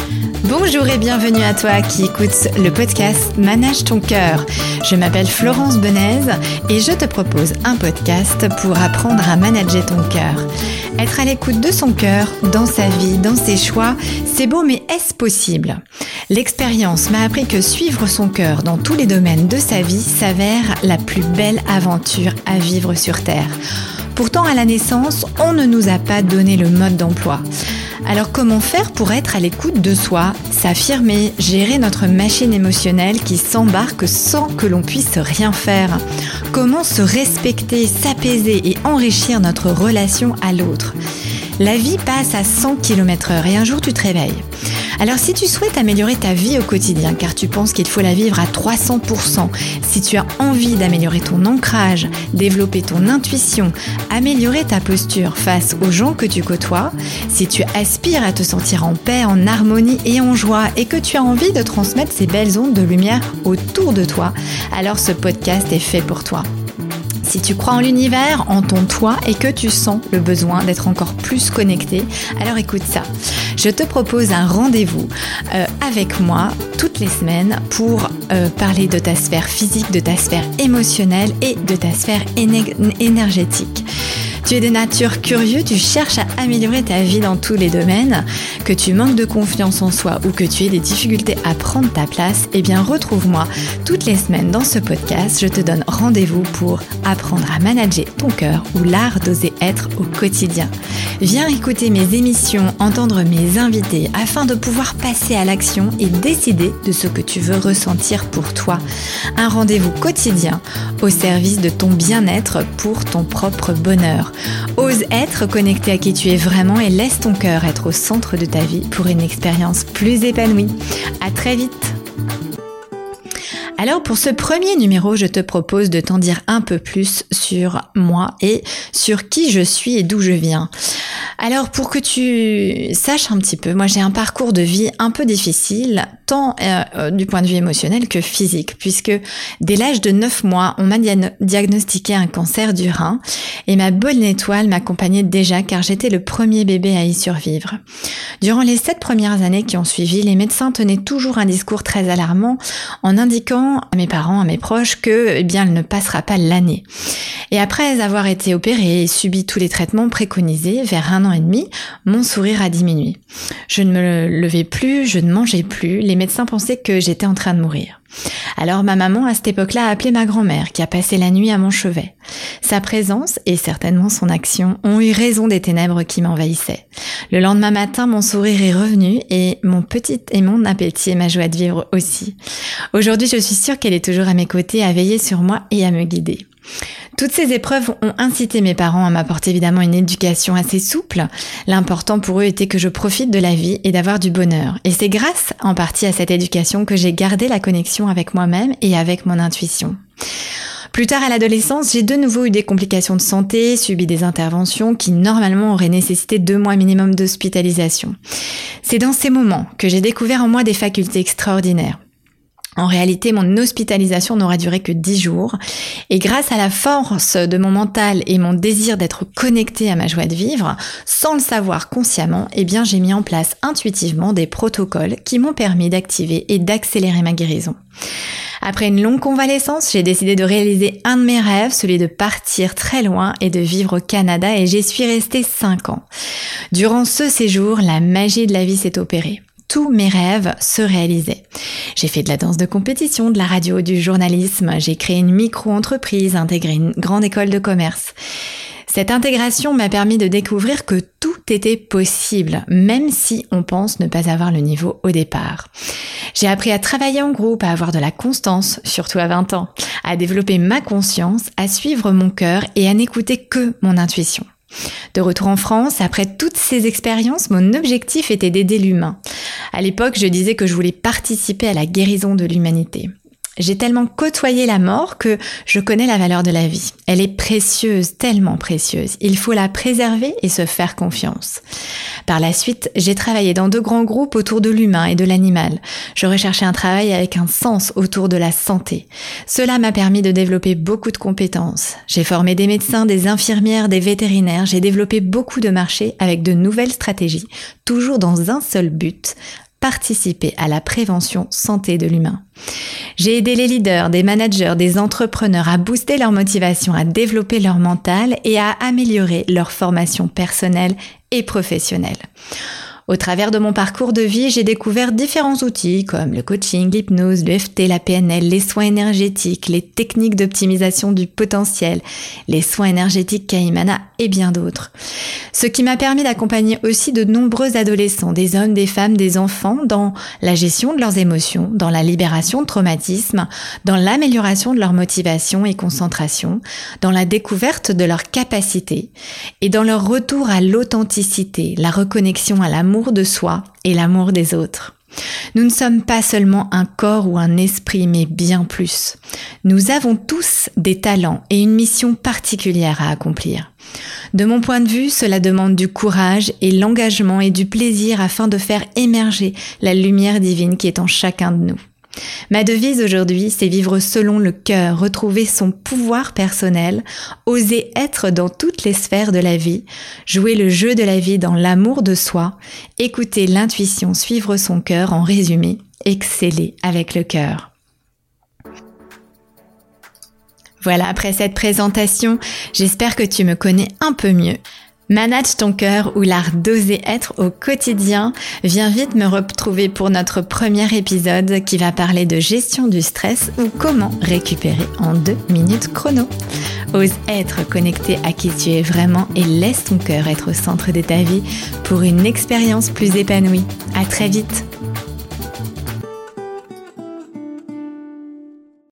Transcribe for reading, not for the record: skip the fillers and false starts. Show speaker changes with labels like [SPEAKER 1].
[SPEAKER 1] Bonjour et bienvenue à toi qui écoutes le podcast Manage ton cœur. Je m'appelle Florence Benez et je te propose un podcast pour apprendre à manager ton cœur. Être à l'écoute de son cœur, dans sa vie, dans ses choix, c'est beau mais est-ce possible ? L'expérience m'a appris que suivre son cœur dans tous les domaines de sa vie s'avère la plus belle aventure à vivre sur Terre. Pourtant, à la naissance, on ne nous a pas donné le mode d'emploi. Alors comment faire pour être à l'écoute de soi, s'affirmer, gérer notre machine émotionnelle qui s'embarque sans que l'on puisse rien faire ? Comment se respecter, s'apaiser et enrichir notre relation à l'autre ? La vie passe à 100 km/h et un jour tu te réveilles. Alors si tu souhaites améliorer ta vie au quotidien, car tu penses qu'il faut la vivre à 300%, si tu as envie d'améliorer ton ancrage, développer ton intuition, améliorer ta posture face aux gens que tu côtoies, si tu aspires à te sentir en paix, en harmonie et en joie et que tu as envie de transmettre ces belles ondes de lumière autour de toi, alors ce podcast est fait pour toi. Si tu crois en l'univers, en ton toi et que tu sens le besoin d'être encore plus connecté, alors écoute ça. Je te propose un rendez-vous avec moi toutes les semaines pour parler de ta sphère physique, de ta sphère émotionnelle et de ta sphère énergétique. Tu es de nature curieux, tu cherches à améliorer ta vie dans tous les domaines, que tu manques de confiance en soi ou que tu aies des difficultés à prendre ta place, eh bien retrouve-moi toutes les semaines dans ce podcast. Je te donne rendez-vous pour apprendre à manager ton cœur ou l'art d'oser être au quotidien. Viens écouter mes émissions, entendre mes invités afin de pouvoir passer à l'action et décider de ce que tu veux ressentir pour toi. Un rendez-vous quotidien au service de ton bien-être pour ton propre bonheur. Ose être connecté à qui tu es vraiment et laisse ton cœur être au centre de ta vie pour une expérience plus épanouie. À très vite! Alors pour ce premier numéro, je te propose de t'en dire un peu plus sur moi et sur qui je suis et d'où je viens. Alors pour que tu saches un petit peu, moi j'ai un parcours de vie un peu difficile, tant du point de vue émotionnel que physique, puisque dès l'âge de 9 mois, on m'a diagnostiqué un cancer du rein et ma bonne étoile m'accompagnait déjà car j'étais le premier bébé à y survivre. Durant les 7 premières années qui ont suivi, les médecins tenaient toujours un discours très alarmant en indiquant à mes parents, à mes proches que elle ne passera pas l'année. Et après avoir été opérée et subi tous les traitements préconisés, vers 1 an et demi, mon sourire a diminué. Je ne me levais plus, je ne mangeais plus, les médecins pensaient que j'étais en train de mourir. Alors ma maman à cette époque-là a appelé ma grand-mère qui a passé la nuit à mon chevet. Sa présence et certainement son action ont eu raison des ténèbres qui m'envahissaient. Le lendemain matin, mon sourire est revenu et mon appétit et ma joie de vivre aussi. Aujourd'hui, je suis sûre qu'elle est toujours à mes côtés à veiller sur moi et à me guider. Toutes ces épreuves ont incité mes parents à m'apporter évidemment une éducation assez souple. L'important pour eux était que je profite de la vie et d'avoir du bonheur. Et c'est grâce en partie à cette éducation que j'ai gardé la connexion avec moi-même et avec mon intuition. Plus tard à l'adolescence, j'ai de nouveau eu des complications de santé, subi des interventions qui normalement auraient nécessité 2 mois minimum d'hospitalisation. C'est dans ces moments que j'ai découvert en moi des facultés extraordinaires. En réalité, mon hospitalisation n'aura duré que 10 jours et grâce à la force de mon mental et mon désir d'être connectée à ma joie de vivre, sans le savoir consciemment, j'ai mis en place intuitivement des protocoles qui m'ont permis d'activer et d'accélérer ma guérison. Après une longue convalescence, j'ai décidé de réaliser un de mes rêves, celui de partir très loin et de vivre au Canada et j'y suis restée 5 ans. Durant ce séjour, la magie de la vie s'est opérée. Tous mes rêves se réalisaient. J'ai fait de la danse de compétition, de la radio, du journalisme, j'ai créé une micro-entreprise, intégré une grande école de commerce. Cette intégration m'a permis de découvrir que tout était possible, même si on pense ne pas avoir le niveau au départ. J'ai appris à travailler en groupe, à avoir de la constance, surtout à 20 ans, à développer ma conscience, à suivre mon cœur et à n'écouter que mon intuition. De retour en France, après toutes ces expériences, mon objectif était d'aider l'humain. À l'époque, je disais que je voulais participer à la guérison de l'humanité. J'ai tellement côtoyé la mort que je connais la valeur de la vie. Elle est précieuse, tellement précieuse. Il faut la préserver et se faire confiance. Par la suite, j'ai travaillé dans de grands groupes autour de l'humain et de l'animal. Je recherchais un travail avec un sens autour de la santé. Cela m'a permis de développer beaucoup de compétences. J'ai formé des médecins, des infirmières, des vétérinaires. J'ai développé beaucoup de marchés avec de nouvelles stratégies, toujours dans un seul but, participer à la prévention santé de l'humain. J'ai aidé les leaders, des managers, des entrepreneurs à booster leur motivation, à développer leur mental et à améliorer leur formation personnelle et professionnelle. Au travers de mon parcours de vie, j'ai découvert différents outils comme le coaching, l'hypnose, l'EFT, la PNL, les soins énergétiques, les techniques d'optimisation du potentiel, les soins énergétiques Kaimana et bien d'autres. Ce qui m'a permis d'accompagner aussi de nombreux adolescents, des hommes, des femmes, des enfants dans la gestion de leurs émotions, dans la libération de traumatismes, dans l'amélioration de leur motivation et concentration, dans la découverte de leurs capacités et dans leur retour à l'authenticité, la reconnexion à l'amour de soi et l'amour des autres. Nous ne sommes pas seulement un corps ou un esprit, mais bien plus. Nous avons tous des talents et une mission particulière à accomplir. De mon point de vue, cela demande du courage et l'engagement et du plaisir afin de faire émerger la lumière divine qui est en chacun de nous. Ma devise aujourd'hui, c'est vivre selon le cœur, retrouver son pouvoir personnel, oser être dans toutes les sphères de la vie, jouer le jeu de la vie dans l'amour de soi, écouter l'intuition, suivre son cœur, en résumé, exceller avec le cœur. Voilà, après cette présentation, j'espère que tu me connais un peu mieux. Manage ton cœur ou l'art d'oser être au quotidien. Viens vite me retrouver pour notre premier épisode qui va parler de gestion du stress ou comment récupérer en 2 minutes chrono. Ose être connecté à qui tu es vraiment et laisse ton cœur être au centre de ta vie pour une expérience plus épanouie. À très vite.